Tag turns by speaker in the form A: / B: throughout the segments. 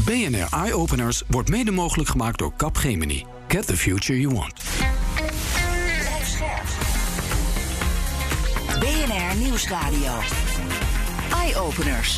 A: BNR Eye Openers wordt mede mogelijk gemaakt door Capgemini. Get the future you want.
B: BNR Nieuwsradio. Eye Openers.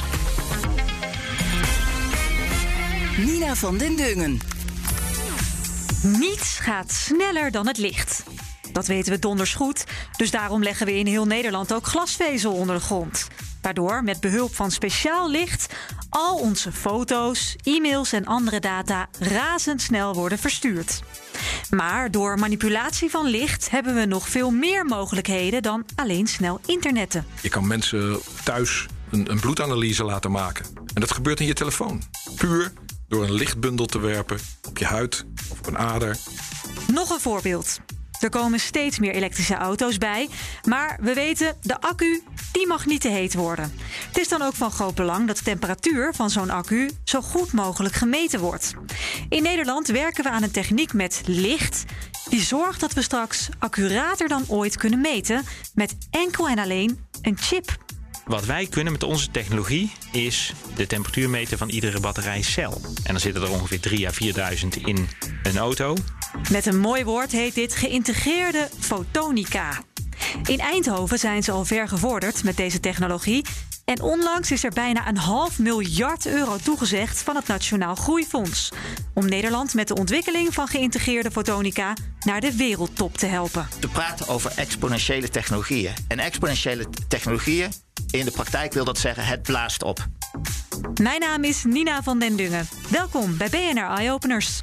B: Nina van den Dungen.
C: Niets gaat sneller dan het licht. Dat weten we donders goed, dus daarom leggen we in heel Nederland ook glasvezel onder de grond. Waardoor met behulp van speciaal licht al onze foto's, e-mails en andere data razendsnel worden verstuurd. Maar door manipulatie van licht hebben we nog veel meer mogelijkheden dan alleen snel internetten.
D: Je kan mensen thuis een bloedanalyse laten maken. En dat gebeurt in je telefoon. Puur door een lichtbundel te werpen op je huid of op een ader.
C: Nog een voorbeeld. Er komen steeds meer elektrische auto's bij, maar we weten, de accu die mag niet te heet worden. Het is dan ook van groot belang dat de temperatuur van zo'n accu zo goed mogelijk gemeten wordt. In Nederland werken we aan een techniek met licht die zorgt dat we straks accurater dan ooit kunnen meten met enkel en alleen een chip.
E: Wat wij kunnen met onze technologie is de temperatuur meten van iedere batterijcel. En dan zitten er ongeveer 3.000 à 4.000 in een auto.
C: Met een mooi woord heet dit geïntegreerde fotonica. In Eindhoven zijn ze al ver gevorderd met deze technologie. En onlangs is er bijna €500 miljard toegezegd van het Nationaal Groeifonds. Om Nederland met de ontwikkeling van geïntegreerde fotonica naar de wereldtop te helpen.
F: We praten over exponentiële technologieën. En exponentiële technologieën, in de praktijk wil dat zeggen, het blaast op.
C: Mijn naam is Nina van den Dungen. Welkom bij BNR Eye Openers.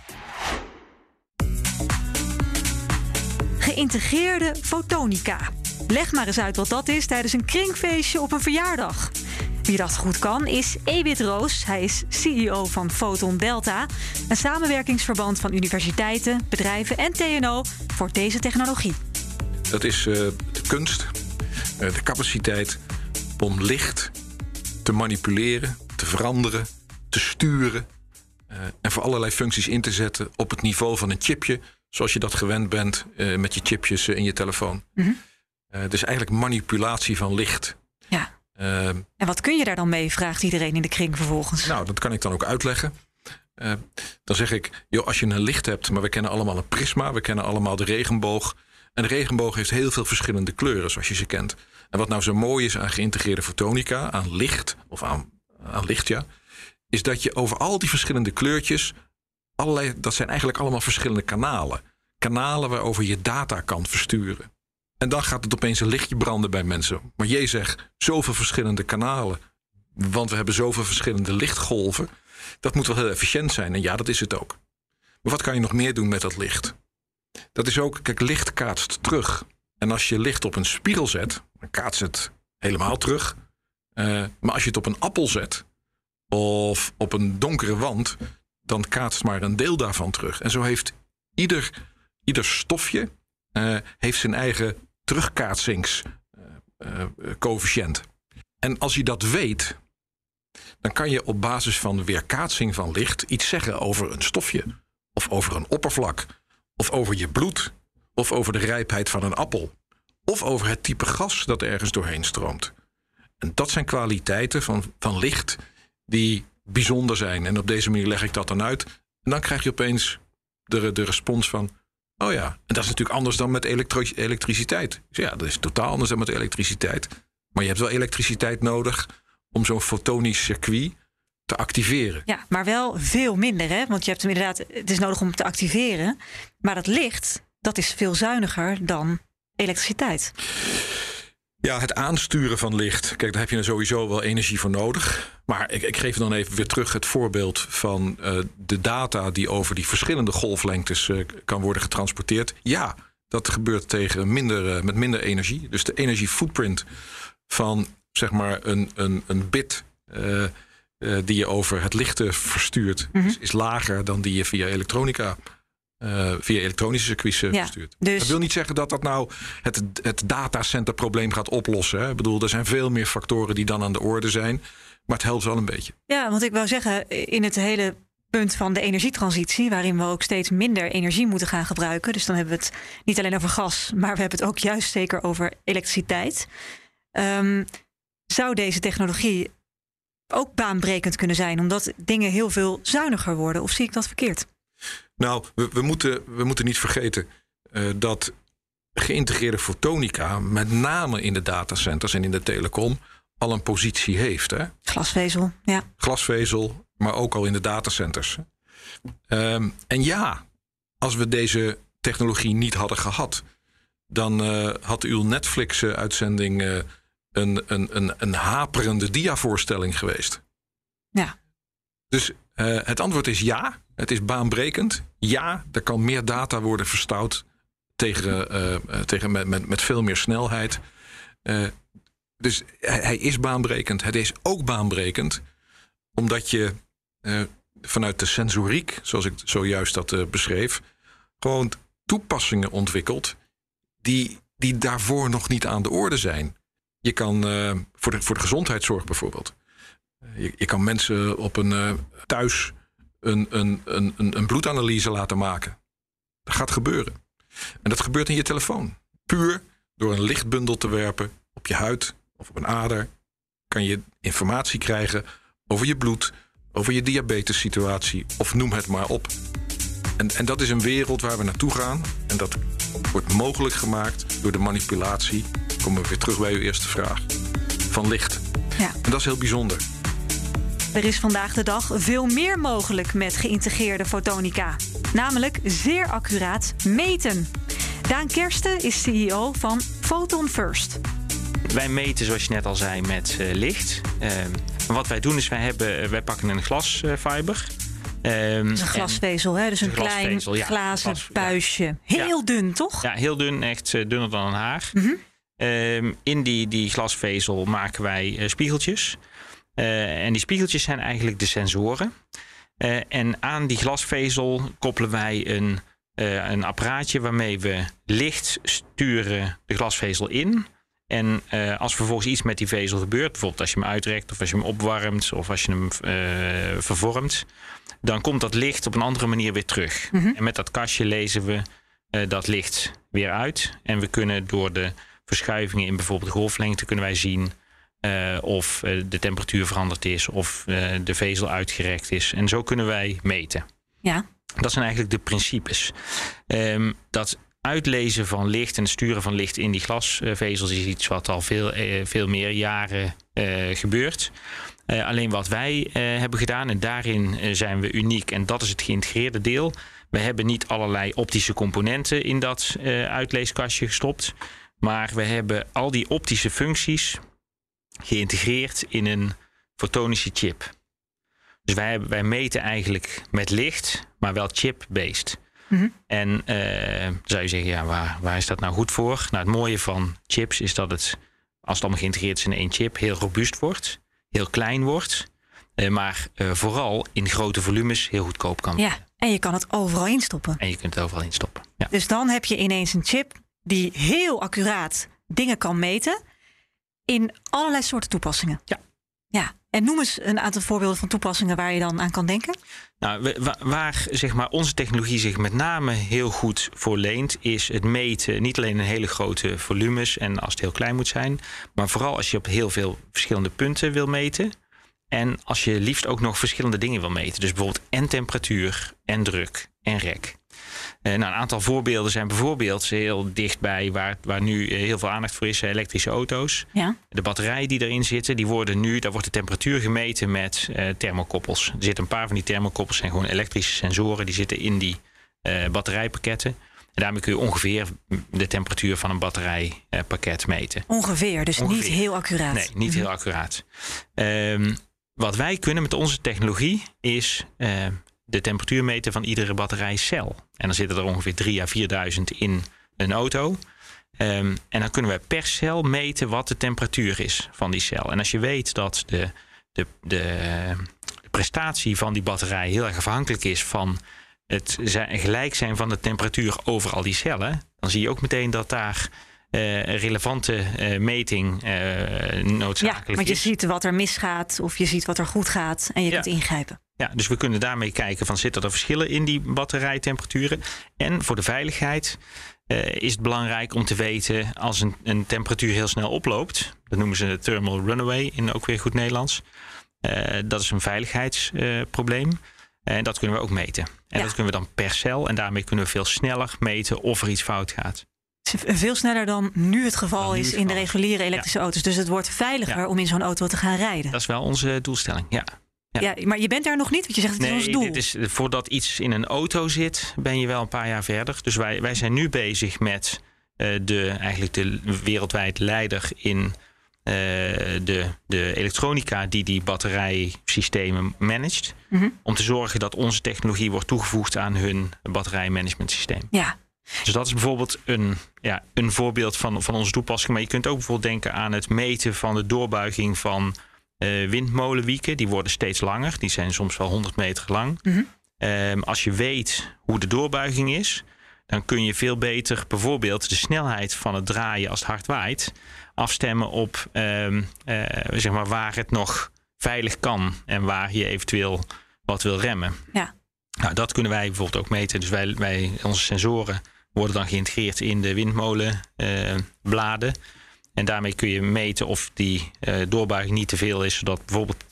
C: Geïntegreerde fotonica. Leg maar eens uit wat dat is tijdens een kringfeestje op een verjaardag. Wie dat goed kan is Ewit Roos. Hij is CEO van Photon Delta, een samenwerkingsverband van universiteiten, bedrijven en TNO voor deze technologie.
D: Dat is de kunst, de capaciteit om licht te manipuleren, te veranderen, te sturen en voor allerlei functies in te zetten op het niveau van een chipje, zoals je dat gewend bent met je chipjes in je telefoon. Mm-hmm. Dus eigenlijk manipulatie van licht.
C: Ja. En wat kun je daar dan mee, vraagt iedereen in de kring vervolgens.
D: Nou, dat kan ik dan ook uitleggen. Dan zeg ik, joh, als je een licht hebt, maar we kennen allemaal een prisma, we kennen allemaal de regenboog. En de regenboog heeft heel veel verschillende kleuren, zoals je ze kent. En wat nou zo mooi is aan geïntegreerde fotonica, aan licht, of aan licht, ja, is dat je over al die verschillende kleurtjes, dat zijn eigenlijk allemaal verschillende kanalen. Kanalen waarover je data kan versturen. En dan gaat het opeens een lichtje branden bij mensen. Maar jij zegt, zoveel verschillende kanalen, want we hebben zoveel verschillende lichtgolven. Dat moet wel heel efficiënt zijn. En ja, dat is het ook. Maar wat kan je nog meer doen met dat licht? Dat is ook, kijk, licht kaatst terug. En als je licht op een spiegel zet, dan kaatst het helemaal terug. Maar als je het op een appel zet of op een donkere wand, dan kaatst maar een deel daarvan terug. En zo heeft ieder stofje heeft zijn eigen terugkaatsingscoëfficiënt. En als je dat weet, dan kan je op basis van weerkaatsing van licht iets zeggen over een stofje, of over een oppervlak, of over je bloed, of over de rijpheid van een appel, of over het type gas dat ergens doorheen stroomt. En dat zijn kwaliteiten van licht die bijzonder zijn. En op deze manier leg ik dat dan uit. En dan krijg je opeens de respons van, oh ja, en dat is natuurlijk anders dan met elektriciteit. Dus ja, dat is totaal anders dan met elektriciteit. Maar je hebt wel elektriciteit nodig om zo'n fotonisch circuit te activeren.
C: Ja, maar wel veel minder, hè? Want je hebt hem inderdaad, het is nodig om te activeren. Maar dat licht, dat is veel zuiniger dan elektriciteit.
D: Ja, het aansturen van licht. Kijk, daar heb je er sowieso wel energie voor nodig. Maar ik geef dan even weer terug het voorbeeld van de data die over die verschillende golflengtes kan worden getransporteerd. Ja, dat gebeurt met minder energie. Dus de energiefootprint van zeg maar een bit die je over het licht verstuurt, is lager dan die je via elektronische circuits verstuurt. Dus dat wil niet zeggen dat dat nou het datacenterprobleem gaat oplossen. Hè? Ik bedoel, er zijn veel meer factoren die dan aan de orde zijn. Maar het helpt wel een beetje.
C: Ja, want ik wou zeggen, in het hele punt van de energietransitie, waarin we ook steeds minder energie moeten gaan gebruiken. Dus dan hebben we het niet alleen over gas, maar we hebben het ook juist zeker over elektriciteit. Zou deze technologie ook baanbrekend kunnen zijn, omdat dingen heel veel zuiniger worden. Of zie ik dat verkeerd?
D: Nou, we moeten niet vergeten dat geïntegreerde fotonica, met name in de datacenters en in de telecom, al een positie heeft. Hè?
C: Glasvezel, ja.
D: Glasvezel, maar ook al in de datacenters. En ja, als we deze technologie niet hadden gehad, dan had uw Netflix-uitzending een haperende diavoorstelling geweest.
C: Ja.
D: Dus het antwoord is ja. Het is baanbrekend. Ja, er kan meer data worden verstouwd met veel meer snelheid. Dus hij is baanbrekend. Het is ook baanbrekend omdat je vanuit de sensoriek, zoals ik zojuist dat beschreef, gewoon toepassingen ontwikkelt die daarvoor nog niet aan de orde zijn. Je kan voor de gezondheidszorg bijvoorbeeld. Je kan mensen thuis een bloedanalyse laten maken. Dat gaat gebeuren. En dat gebeurt in je telefoon. Puur door een lichtbundel te werpen op je huid of op een ader kan je informatie krijgen over je bloed, over je diabetessituatie of noem het maar op. En dat is een wereld waar we naartoe gaan. En dat wordt mogelijk gemaakt door de manipulatie. Dan komen we weer terug bij uw eerste vraag. Van licht.
C: Ja.
D: En dat is heel bijzonder.
C: Er is vandaag de dag veel meer mogelijk met geïntegreerde fotonica. Namelijk zeer accuraat meten. Daan Kersten is CEO van Photon First.
E: Wij meten, zoals je net al zei, met licht. Wat wij doen is, wij pakken een glasfiber.
C: Dat is een glasvezel, hè? Dus een klein glazen buisje. Heel dun, toch?
E: Ja, heel dun. Echt dunner dan een haar. Mm-hmm. In die glasvezel maken wij spiegeltjes. En die spiegeltjes zijn eigenlijk de sensoren. En aan die glasvezel koppelen wij een apparaatje waarmee we licht sturen de glasvezel in. En als vervolgens iets met die vezel gebeurt, bijvoorbeeld als je hem uitrekt of als je hem opwarmt of als je hem vervormt, dan komt dat licht op een andere manier weer terug. Mm-hmm. En met dat kastje lezen we dat licht weer uit. En we kunnen door de verschuivingen in bijvoorbeeld golflengte kunnen wij zien of de temperatuur veranderd is of de vezel uitgerekt is. En zo kunnen wij meten.
C: Ja.
E: Dat zijn eigenlijk de principes. Dat uitlezen van licht en sturen van licht in die glasvezels is iets wat al veel meer jaren gebeurt. Alleen wat wij hebben gedaan, en daarin zijn we uniek, en dat is het geïntegreerde deel. We hebben niet allerlei optische componenten in dat uitleeskastje gestopt, maar we hebben al die optische functies geïntegreerd in een fotonische chip. Dus wij meten eigenlijk met licht, maar wel chip-based. Mm-hmm. En zou je zeggen, ja, waar is dat nou goed voor? Nou, het mooie van chips is dat het, als het allemaal geïntegreerd is in één chip, heel robuust wordt, heel klein wordt, maar vooral in grote volumes heel goedkoop kan worden.
C: Ja, en je kan het overal instoppen.
E: En je kunt het overal instoppen. Ja.
C: Dus dan heb je ineens een chip die heel accuraat dingen kan meten in allerlei soorten toepassingen.
E: Ja.
C: Ja. En noem eens een aantal voorbeelden van toepassingen waar je dan aan kan denken.
E: Nou, waar zeg maar onze technologie zich met name heel goed voor leent, is het meten niet alleen in hele grote volumes en als het heel klein moet zijn, maar vooral als je op heel veel verschillende punten wil meten. En als je liefst ook nog verschillende dingen wil meten. Dus bijvoorbeeld en temperatuur en druk en rek. Een aantal voorbeelden zijn bijvoorbeeld heel dichtbij waar nu heel veel aandacht voor is, elektrische auto's. Ja. De batterijen die erin zitten, daar wordt de temperatuur gemeten met thermokoppels. Er zitten een paar van die thermokoppels, zijn gewoon elektrische sensoren, die zitten in die batterijpakketten. En daarmee kun je ongeveer de temperatuur van een batterijpakket meten.
C: Ongeveer, dus niet heel accuraat.
E: Nee, niet heel accuraat. Wat wij kunnen met onze technologie is de temperatuur meten van iedere batterijcel. En dan zitten er ongeveer 3.000 à 4.000 in een auto. En dan kunnen we per cel meten wat de temperatuur is van die cel. En als je weet dat de prestatie van die batterij heel erg afhankelijk is van het gelijk zijn van de temperatuur over al die cellen, dan zie je ook meteen dat daar relevante meting noodzakelijk is.
C: Ja, want je ziet wat er misgaat of je ziet wat er goed gaat en je kunt ingrijpen.
E: Ja, dus we kunnen daarmee kijken van zitten er verschillen in die batterijtemperaturen. En voor de veiligheid is het belangrijk om te weten als een temperatuur heel snel oploopt. Dat noemen ze thermal runaway in ook weer goed Nederlands. Dat is een veiligheidsprobleem. En dat kunnen we ook meten. En dat kunnen we dan per cel. En daarmee kunnen we veel sneller meten of er iets fout gaat.
C: Veel sneller dan nu het geval is in de reguliere elektrische auto's. Dus het wordt veiliger om in zo'n auto te gaan rijden. Dat
E: is wel onze doelstelling, ja.
C: Maar je bent daar nog niet, want je zegt het is ons doel.
E: Dit is, voordat iets in een auto zit, ben je wel een paar jaar verder. Dus wij zijn nu bezig met de wereldwijd leider in de elektronica die batterijsystemen managt. Mm-hmm. Om te zorgen dat onze technologie wordt toegevoegd aan hun batterijmanagementsysteem. Ja. Dus dat is bijvoorbeeld een voorbeeld van onze toepassing. Maar je kunt ook bijvoorbeeld denken aan het meten van de doorbuiging van windmolenwieken. Die worden steeds langer. Die zijn soms wel 100 meter lang. Mm-hmm. Als je weet hoe de doorbuiging is, dan kun je veel beter bijvoorbeeld de snelheid van het draaien als het hard waait afstemmen op zeg maar waar het nog veilig kan en waar je eventueel wat wil remmen. Ja. Nou, dat kunnen wij bijvoorbeeld ook meten. Dus onze sensoren worden dan geïntegreerd in de windmolenbladen. En daarmee kun je meten of die doorbuiging niet te veel is, zodat bijvoorbeeld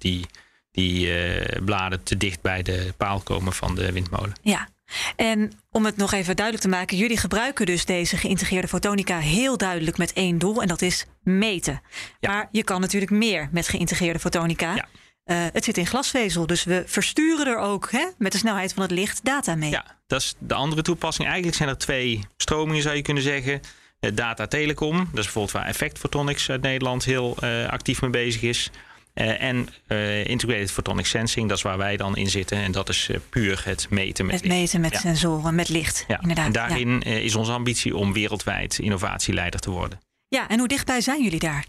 E: die bladen te dicht bij de paal komen van de windmolen.
C: Ja. En om het nog even duidelijk te maken, jullie gebruiken dus deze geïntegreerde fotonica heel duidelijk met één doel en dat is meten. Ja. Maar je kan natuurlijk meer met geïntegreerde fotonica. Ja. Het zit in glasvezel, dus we versturen er ook met de snelheid van het licht data mee. Ja, dat is de andere toepassing.
E: Eigenlijk zijn er 2 stromingen, zou je kunnen zeggen. Data telecom, dat is bijvoorbeeld waar Effect Photonics uit Nederland heel actief mee bezig is. En Integrated Photonic Sensing, dat is waar wij dan in zitten. En dat is puur het meten met licht. Het meten met sensoren, met licht, inderdaad. En daarin is onze ambitie om wereldwijd innovatieleider te worden. Ja, en hoe dichtbij zijn jullie daar?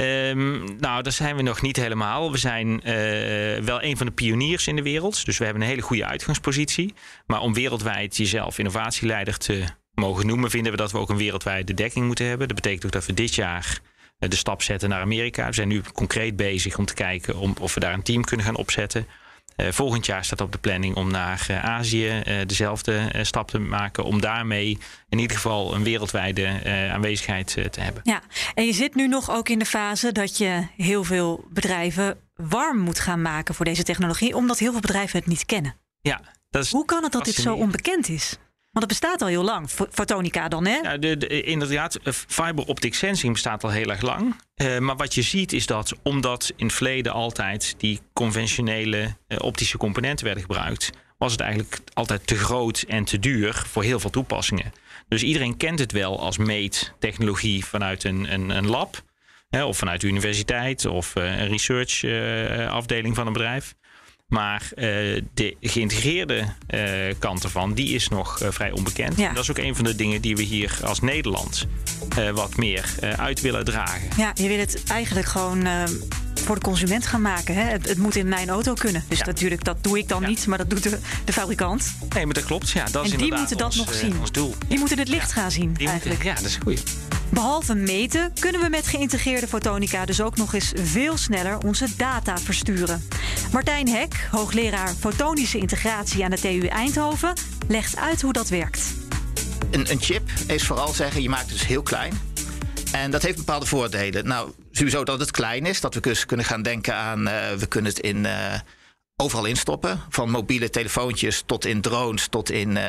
E: Nou, daar zijn we nog niet helemaal. We zijn wel een van de pioniers in de wereld. Dus we hebben een hele goede uitgangspositie. Maar om wereldwijd jezelf innovatieleider te mogen noemen, vinden we dat we ook een wereldwijde dekking moeten hebben. Dat betekent ook dat we dit jaar de stap zetten naar Amerika. We zijn nu concreet bezig om te kijken of we daar een team kunnen gaan opzetten. Volgend jaar staat op de planning om naar Azië dezelfde stap te maken. Om daarmee in ieder geval een wereldwijde aanwezigheid te hebben. Ja, en je zit nu nog ook in de fase dat je heel veel bedrijven warm moet gaan maken voor deze technologie. Omdat heel veel bedrijven het niet kennen. Ja, dat is. Hoe kan het dat dit zo onbekend is? Want het bestaat al heel lang, fotonica dan, hè? Ja, inderdaad, fiber optic sensing bestaat al heel erg lang. Maar wat je ziet is dat, omdat in het verleden altijd die conventionele optische componenten werden gebruikt, was het eigenlijk altijd te groot en te duur voor heel veel toepassingen. Dus iedereen kent het wel als meettechnologie vanuit een lab, of vanuit de universiteit of een research afdeling van een bedrijf. Maar de geïntegreerde kant ervan, die is nog vrij onbekend. Ja. Dat is ook een van de dingen die we hier als Nederland wat meer uit willen dragen. Ja, je wil het eigenlijk gewoon voor de consument gaan maken. Hè? Het moet in mijn auto kunnen. Dus natuurlijk, dat doe ik dan niet, maar dat doet de fabrikant. Nee, maar dat klopt. Ja, dat is die moeten dat nog zien. Ons doel. Die moeten het licht gaan zien eigenlijk. Ja, dat is goed. Behalve meten kunnen we met geïntegreerde fotonica dus ook nog eens veel sneller onze data versturen. Martijn Hek, hoogleraar fotonische integratie aan de TU Eindhoven, legt uit hoe dat werkt.
F: Een chip is vooral zeggen, je maakt het dus heel klein. En dat heeft bepaalde voordelen. Nou, sowieso dat het klein is. Dat we dus kunnen gaan denken aan, we kunnen het overal instoppen. Van mobiele telefoontjes tot in drones, tot in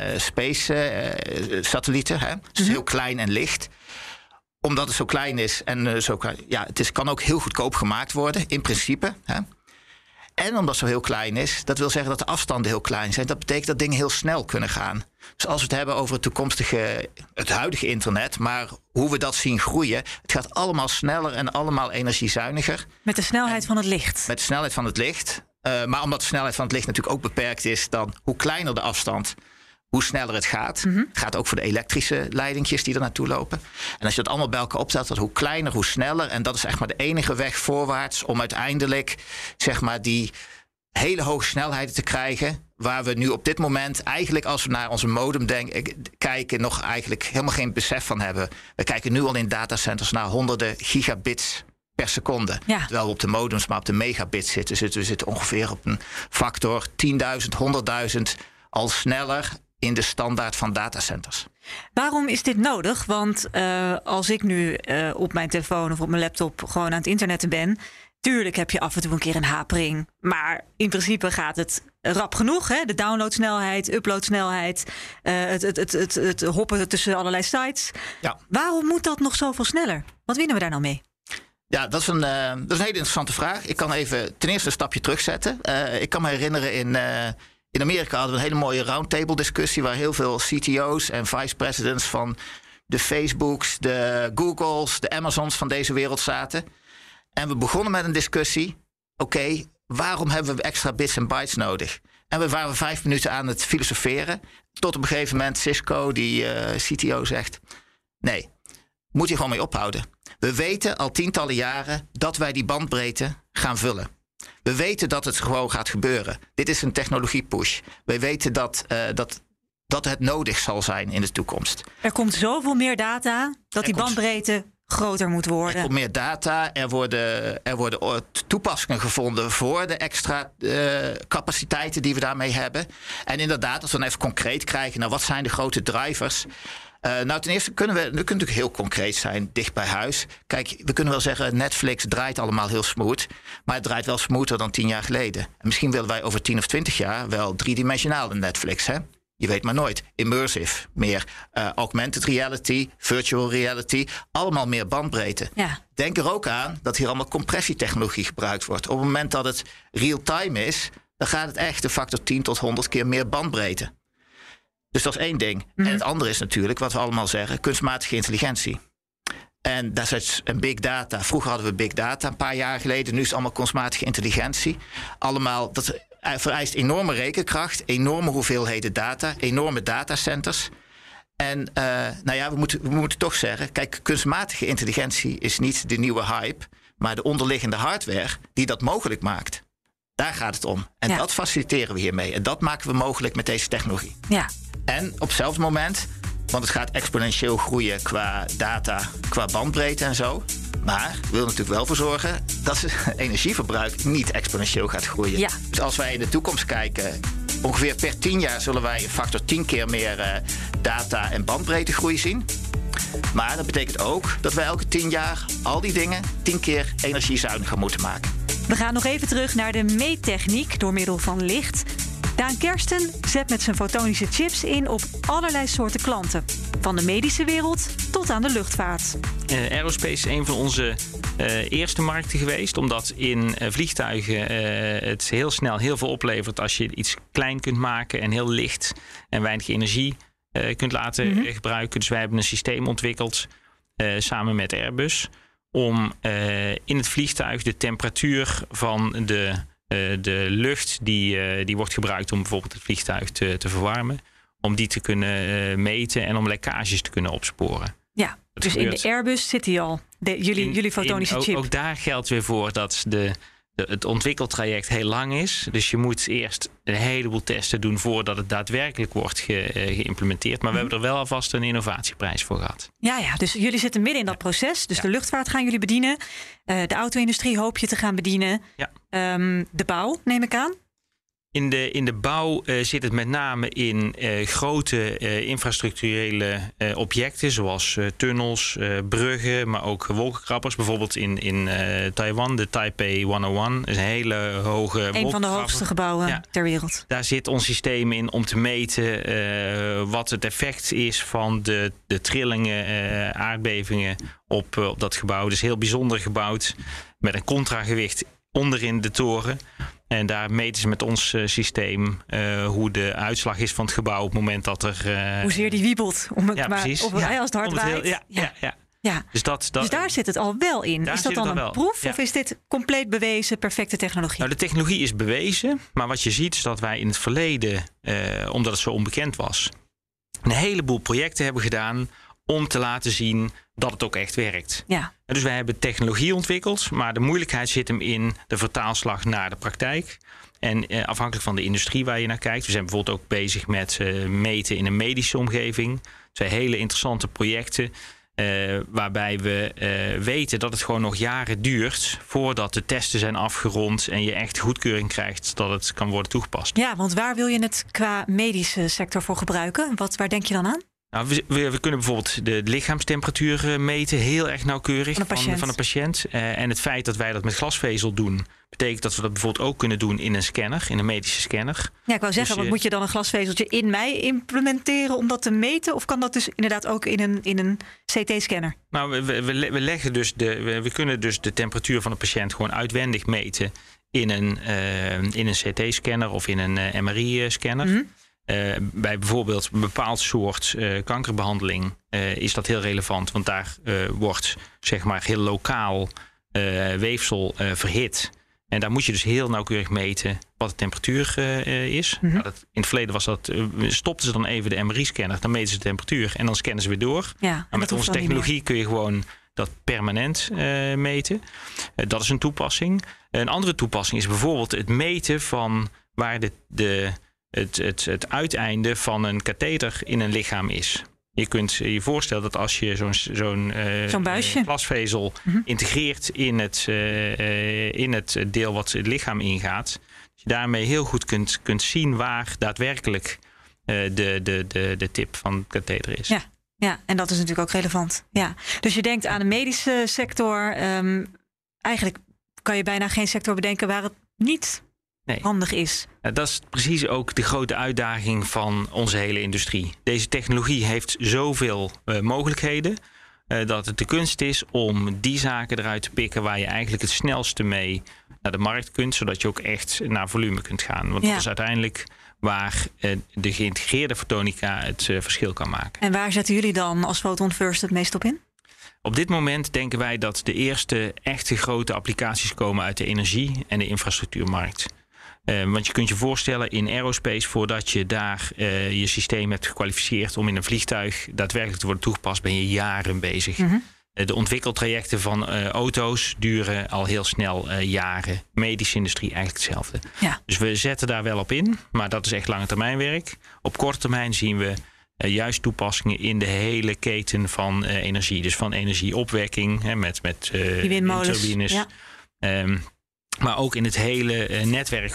F: space-satellieten. Het is heel klein en licht. Omdat het zo klein is en het kan ook heel goedkoop gemaakt worden, in principe. En omdat het zo heel klein is, dat wil zeggen dat de afstanden heel klein zijn. Dat betekent dat dingen heel snel kunnen gaan. Dus als we het hebben over het huidige internet, maar hoe we dat zien groeien, het gaat allemaal sneller en allemaal energiezuiniger. Met de snelheid van het licht. Met de snelheid van het licht. Maar omdat de snelheid van het licht natuurlijk ook beperkt is, dan hoe kleiner de afstand, hoe sneller het gaat. Mm-hmm. Het gaat ook voor de elektrische leidingjes die er naartoe lopen. En als je dat allemaal bij elkaar optelt, dat hoe kleiner, hoe sneller. En dat is echt maar de enige weg voorwaarts om uiteindelijk zeg maar die hele hoge snelheden te krijgen, waar we nu op dit moment eigenlijk, als we naar onze modem kijken, nog eigenlijk helemaal geen besef van hebben. We kijken nu al in datacenters naar honderden gigabits per seconde. Ja. Terwijl we op de modems maar op de megabit zitten. We zitten ongeveer op een factor 10.000, 100.000 al sneller in de standaard van datacenters. Waarom is dit nodig? Want als ik nu op mijn telefoon of op mijn laptop gewoon aan het internetten ben,
C: Tuurlijk heb je af en toe een keer een hapering. Maar in principe gaat het rap genoeg. Hè? De downloadsnelheid, uploadsnelheid, het hoppen tussen allerlei sites.
F: Ja.
C: Waarom moet dat nog zoveel sneller? Wat winnen we daar nou mee?
F: Ja, dat is een hele interessante vraag. Ik kan even ten eerste een stapje terugzetten. Ik kan me herinneren in Amerika hadden we een hele mooie roundtable discussie waar heel veel CTO's en vice presidents van de Facebooks, de Googles, de Amazons van deze wereld zaten. En we begonnen met een discussie. Oké, waarom hebben we extra bits en bytes nodig? En we waren 5 minuten aan het filosoferen. Tot op een gegeven moment Cisco, die CTO, zegt: nee, moet je gewoon mee ophouden. We weten al tientallen jaren dat wij die bandbreedte gaan vullen. We weten dat het gewoon gaat gebeuren. Dit is een technologiepush. Wij weten dat het nodig zal zijn in de toekomst.
C: Er komt zoveel meer data dat die bandbreedte groter moet worden.
F: Er komt meer data. Er worden toepassingen gevonden voor de extra capaciteiten die we daarmee hebben. En inderdaad, als we dan even concreet krijgen, nou, wat zijn de grote drivers? Nou, ten eerste kunnen we natuurlijk heel concreet zijn, dicht bij huis. Kijk, we kunnen wel zeggen, Netflix draait allemaal heel smooth. Maar het draait wel smoother dan 10 jaar geleden. En misschien willen wij over 10 of 20 jaar wel driedimensionale Netflix, hè? Je weet maar nooit. Immersive, meer augmented reality, virtual reality. Allemaal meer bandbreedte.
C: Ja.
F: Denk er ook aan dat hier allemaal compressietechnologie gebruikt wordt. Op het moment dat het real-time is, dan gaat het echt een factor 10 tot 100 keer meer bandbreedte. Dus dat is één ding. En het andere is natuurlijk, wat we allemaal zeggen, kunstmatige intelligentie. En daar zit een big data. Vroeger hadden we big data een paar jaar geleden. Nu is het allemaal kunstmatige intelligentie. Allemaal, dat vereist enorme rekenkracht, enorme hoeveelheden data, enorme datacenters. En nou ja, we moeten toch zeggen, kijk, kunstmatige intelligentie is niet de nieuwe hype, maar de onderliggende hardware die dat mogelijk maakt. Daar gaat het om. En dat faciliteren we hiermee. En dat maken we mogelijk met deze technologie.
C: Ja.
F: En op hetzelfde moment, want het gaat exponentieel groeien qua data, qua bandbreedte en zo. Maar we willen natuurlijk wel voor zorgen dat het energieverbruik niet exponentieel gaat groeien. Ja. Dus als wij in de toekomst kijken, ongeveer per 10 jaar zullen wij een factor 10 keer meer data- en bandbreedtegroei zien. Maar dat betekent ook dat wij elke 10 jaar al die dingen 10 keer energiezuinig gaan moeten maken.
C: We gaan nog even terug naar de meettechniek door middel van licht. Daan Kersten zet met zijn fotonische chips in op allerlei soorten klanten. Van de medische wereld tot aan de luchtvaart.
E: Aerospace is een van onze eerste markten geweest. Omdat in vliegtuigen het heel snel heel veel oplevert als je iets klein kunt maken en heel licht en weinig energie kunt laten gebruiken. Dus wij hebben een systeem ontwikkeld samen met Airbus om in het vliegtuig de temperatuur van de lucht die wordt gebruikt om bijvoorbeeld het vliegtuig te verwarmen, om die te kunnen meten en om lekkages te kunnen opsporen.
C: Ja, dus in de Airbus zit die al, jullie fotonische chip.
E: Ook daar geldt weer voor dat het ontwikkeltraject heel lang is. Dus je moet eerst een heleboel testen doen voordat het daadwerkelijk wordt geïmplementeerd. Maar we hebben er wel alvast een innovatieprijs voor gehad.
C: Ja, dus jullie zitten midden in dat proces. Dus de luchtvaart gaan jullie bedienen. De auto-industrie hoop je te gaan bedienen. Ja. De bouw, neem ik aan.
E: In de bouw zit het met name in grote infrastructurele objecten, zoals tunnels, bruggen, maar ook wolkenkrabbers. Bijvoorbeeld in Taiwan, de Taipei 101, is een hele hoge wolkenkrabber.
C: Een van de hoogste gebouwen ter wereld.
E: Daar zit ons systeem in om te meten wat het effect is van de trillingen, aardbevingen op dat gebouw. Dus heel bijzonder gebouwd met een contragewicht onderin de toren. En daar meten ze met ons systeem hoe de uitslag is van het gebouw op het moment dat er...
C: Hoezeer die wiebelt,
E: precies.
C: Als het hard waait. Ja.
E: Dus daar
C: zit het al wel in. Is dat dan een proef of is dit compleet bewezen, perfecte technologie?
E: Nou, de technologie is bewezen. Maar wat je ziet is dat wij in het verleden, omdat het zo onbekend was, een heleboel projecten hebben gedaan om te laten zien dat het ook echt werkt. Ja. En dus wij hebben technologie ontwikkeld, maar de moeilijkheid zit hem in de vertaalslag naar de praktijk. En afhankelijk van de industrie waar je naar kijkt. We zijn bijvoorbeeld ook bezig met meten in een medische omgeving. 2 hele interessante projecten waarbij we weten dat het gewoon nog jaren duurt voordat de testen zijn afgerond en je echt goedkeuring krijgt dat het kan worden toegepast.
C: Ja, want waar wil je het qua medische sector voor gebruiken? Waar denk je dan aan?
E: Nou, we kunnen bijvoorbeeld de lichaamstemperatuur meten, heel erg nauwkeurig van een patiënt. En het feit dat wij dat met glasvezel doen, betekent dat we dat bijvoorbeeld ook kunnen doen in een scanner, in een medische scanner.
C: Ja, ik wou zeggen, want moet je dan een glasvezeltje in mij implementeren om dat te meten? Of kan dat dus inderdaad ook in een CT-scanner?
E: Nou, we leggen dus we kunnen dus de temperatuur van een patiënt gewoon uitwendig meten in een CT-scanner of in een MRI-scanner. Mm-hmm. Bij bijvoorbeeld een bepaald soort kankerbehandeling is dat heel relevant. Want daar wordt zeg maar heel lokaal weefsel verhit. En daar moet je dus heel nauwkeurig meten wat de temperatuur is. Mm-hmm. Nou, in het verleden stopten ze dan even de MRI-scanner. Dan meten ze de temperatuur en dan scannen ze weer door. Ja, maar met onze technologie kun je gewoon dat permanent meten. Dat is een toepassing. Een andere toepassing is bijvoorbeeld het meten van waar het uiteinde van een katheter in een lichaam is. Je kunt je voorstellen dat als je zo'n buisje, glasvezel integreert in het deel wat het lichaam ingaat, dat je daarmee heel goed kunt zien waar daadwerkelijk de tip van het katheter is.
C: Ja, en dat is natuurlijk ook relevant. Ja. Dus je denkt aan de medische sector. Eigenlijk kan je bijna geen sector bedenken waar het niet handig is.
E: Nou, dat is precies ook de grote uitdaging van onze hele industrie. Deze technologie heeft zoveel mogelijkheden dat het de kunst is om die zaken eruit te pikken waar je eigenlijk het snelste mee naar de markt kunt, zodat je ook echt naar volume kunt gaan. Want dat is uiteindelijk waar de geïntegreerde fotonica het verschil kan maken.
C: En waar zetten jullie dan als Photon First het meest op in?
E: Op dit moment denken wij dat de eerste echte grote applicaties komen uit de energie- en de infrastructuurmarkt. Want je kunt je voorstellen in aerospace, voordat je daar je systeem hebt gekwalificeerd om in een vliegtuig daadwerkelijk te worden toegepast, ben je jaren bezig. Mm-hmm. De ontwikkeltrajecten van auto's duren al heel snel jaren. Medische industrie eigenlijk hetzelfde. Ja. Dus we zetten daar wel op in, maar dat is echt lange termijn werk. Op korte termijn zien we juist toepassingen in de hele keten van energie. Dus van energieopwekking met windturbines. Ja. Maar ook in het hele netwerk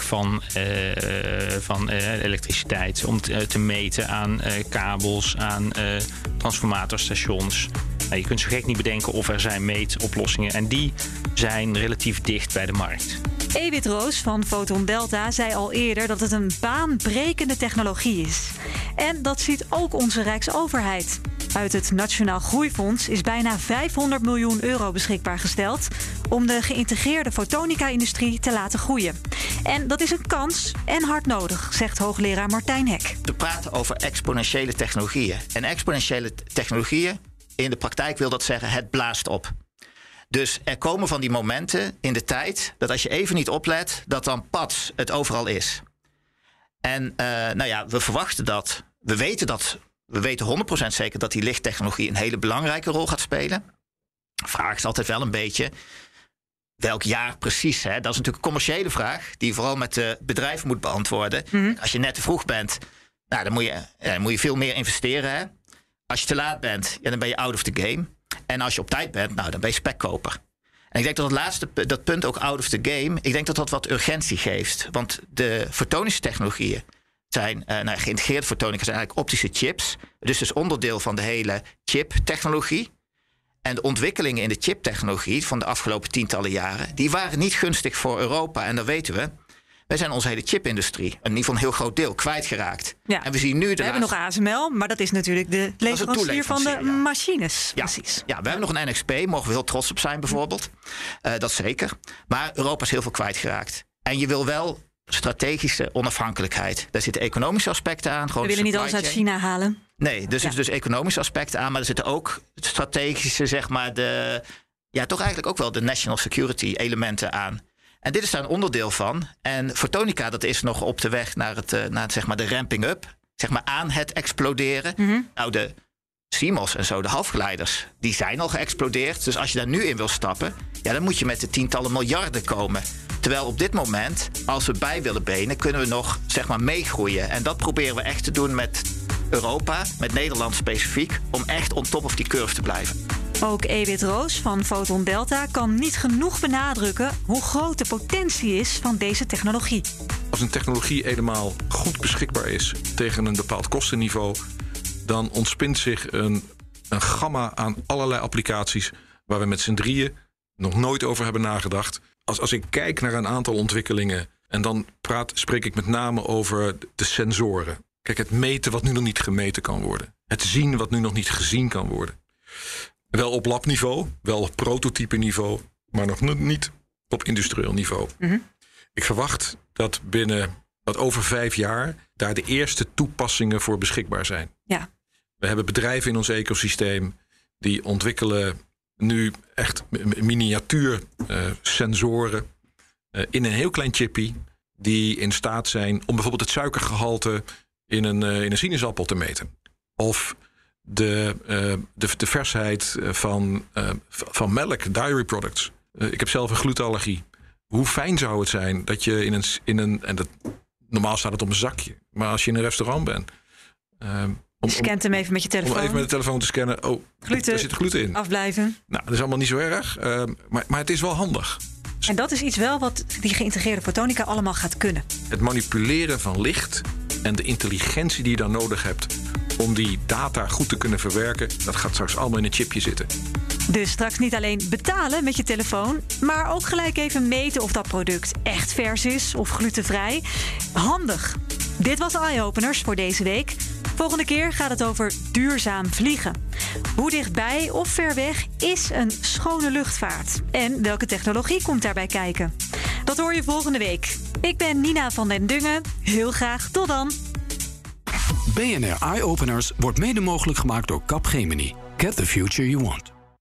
E: van elektriciteit. Om te meten aan kabels, aan transformatorstations. Nou, je kunt zo gek niet bedenken of er zijn meetoplossingen. En die zijn relatief dicht bij de markt.
C: Ewit Roos van Photon Delta zei al eerder dat het een baanbrekende technologie is. En dat ziet ook onze Rijksoverheid. Uit het Nationaal Groeifonds is bijna 500 miljoen euro beschikbaar gesteld om de geïntegreerde fotonica-industrie te laten groeien. En dat is een kans en hard nodig, zegt hoogleraar Martijn Hek.
F: We praten over exponentiële technologieën. En exponentiële technologieën, in de praktijk wil dat zeggen, het blaast op. Dus er komen van die momenten in de tijd dat als je even niet oplet, dat dan pats het overal is. En we verwachten dat. We weten 100% zeker dat die lichttechnologie een hele belangrijke rol gaat spelen. De vraag is altijd wel een beetje welk jaar precies. Hè? Dat is natuurlijk een commerciële vraag die je vooral met de bedrijven moet beantwoorden. Mm-hmm. Als je net te vroeg bent, dan moet je veel meer investeren. Hè? Als je te laat bent, dan ben je out of the game. En als je op tijd bent, dan ben je spekkoper. En ik denk dat dat punt ook out of the game, ik denk dat dat wat urgentie geeft. Want de fotonische technologieën zijn, geïntegreerde fotonica zijn eigenlijk optische chips. Dus onderdeel van de hele chip-technologie. En de ontwikkelingen in de chip-technologie van de afgelopen tientallen jaren, die waren niet gunstig voor Europa. En dat weten we. Wij zijn onze hele chipindustrie, in ieder geval een heel groot deel, kwijtgeraakt.
C: Ja.
F: En we zien nu
C: we hebben nog ASML, maar dat is natuurlijk de leverancier van de machines.
F: Ja.
C: Precies.
F: Ja, we hebben nog een NXP, mogen we heel trots op zijn bijvoorbeeld. Dat zeker. Maar Europa is heel veel kwijtgeraakt. En je wil wel strategische onafhankelijkheid. Daar zitten economische aspecten aan.
C: We willen niet alles uit China halen.
F: Nee, er zitten dus economische aspecten aan, maar er zitten ook strategische, zeg maar, toch eigenlijk ook wel de national security elementen aan. En dit is daar een onderdeel van. En fotonica, dat is nog op de weg naar de ramping up. Zeg maar aan het exploderen. Mm-hmm. Nou, de CMOS en zo, de halfgeleiders, die zijn al geëxplodeerd. Dus als je daar nu in wil stappen, dan moet je met de tientallen miljarden komen. Terwijl op dit moment, als we bij willen benen, kunnen we nog, zeg maar, meegroeien. En dat proberen we echt te doen met Europa, met Nederland specifiek, om echt on top of die curve te blijven.
C: Ook Ewit Roos van Photon Delta kan niet genoeg benadrukken hoe groot de potentie is van deze technologie.
D: Als een technologie helemaal goed beschikbaar is tegen een bepaald kostenniveau, dan ontspint zich een gamma aan allerlei applicaties waar we met z'n drieën nog nooit over hebben nagedacht. Als ik kijk naar een aantal ontwikkelingen en dan spreek ik met name over de sensoren. Kijk, het meten wat nu nog niet gemeten kan worden. Het zien wat nu nog niet gezien kan worden. Wel op labniveau, wel op prototype niveau, maar nog niet op industrieel niveau. Mm-hmm. Ik verwacht dat over 5 jaar daar de eerste toepassingen voor beschikbaar zijn.
C: Ja.
D: We hebben bedrijven in ons ecosysteem die ontwikkelen nu echt miniatuur sensoren in een heel klein chippy die in staat zijn om bijvoorbeeld het suikergehalte in een sinaasappel te meten. Of de versheid van melk, dairy products. Ik heb zelf een glutenallergie. Hoe fijn zou het zijn dat je normaal staat het op een zakje, maar als je in een restaurant bent,
C: je scant hem even met je telefoon.
D: Om even met de telefoon te scannen. Oh, daar zit gluten in.
C: Afblijven.
D: Nou, dat is allemaal niet zo erg. Maar het is wel handig.
C: En dat is iets wel wat die geïntegreerde fotonica allemaal gaat kunnen.
D: Het manipuleren van licht en de intelligentie die je dan nodig hebt om die data goed te kunnen verwerken, dat gaat straks allemaal in een chipje zitten.
C: Dus straks niet alleen betalen met je telefoon, maar ook gelijk even meten of dat product echt vers is of glutenvrij. Handig. Dit was Eye-Openers voor deze week. Volgende keer gaat het over duurzaam vliegen. Hoe dichtbij of ver weg is een schone luchtvaart? En welke technologie komt daarbij kijken? Dat hoor je volgende week. Ik ben Nina van den Dungen. Heel graag tot dan.
A: BNR Eye-Openers wordt mede mogelijk gemaakt door Capgemini. Get the future you want.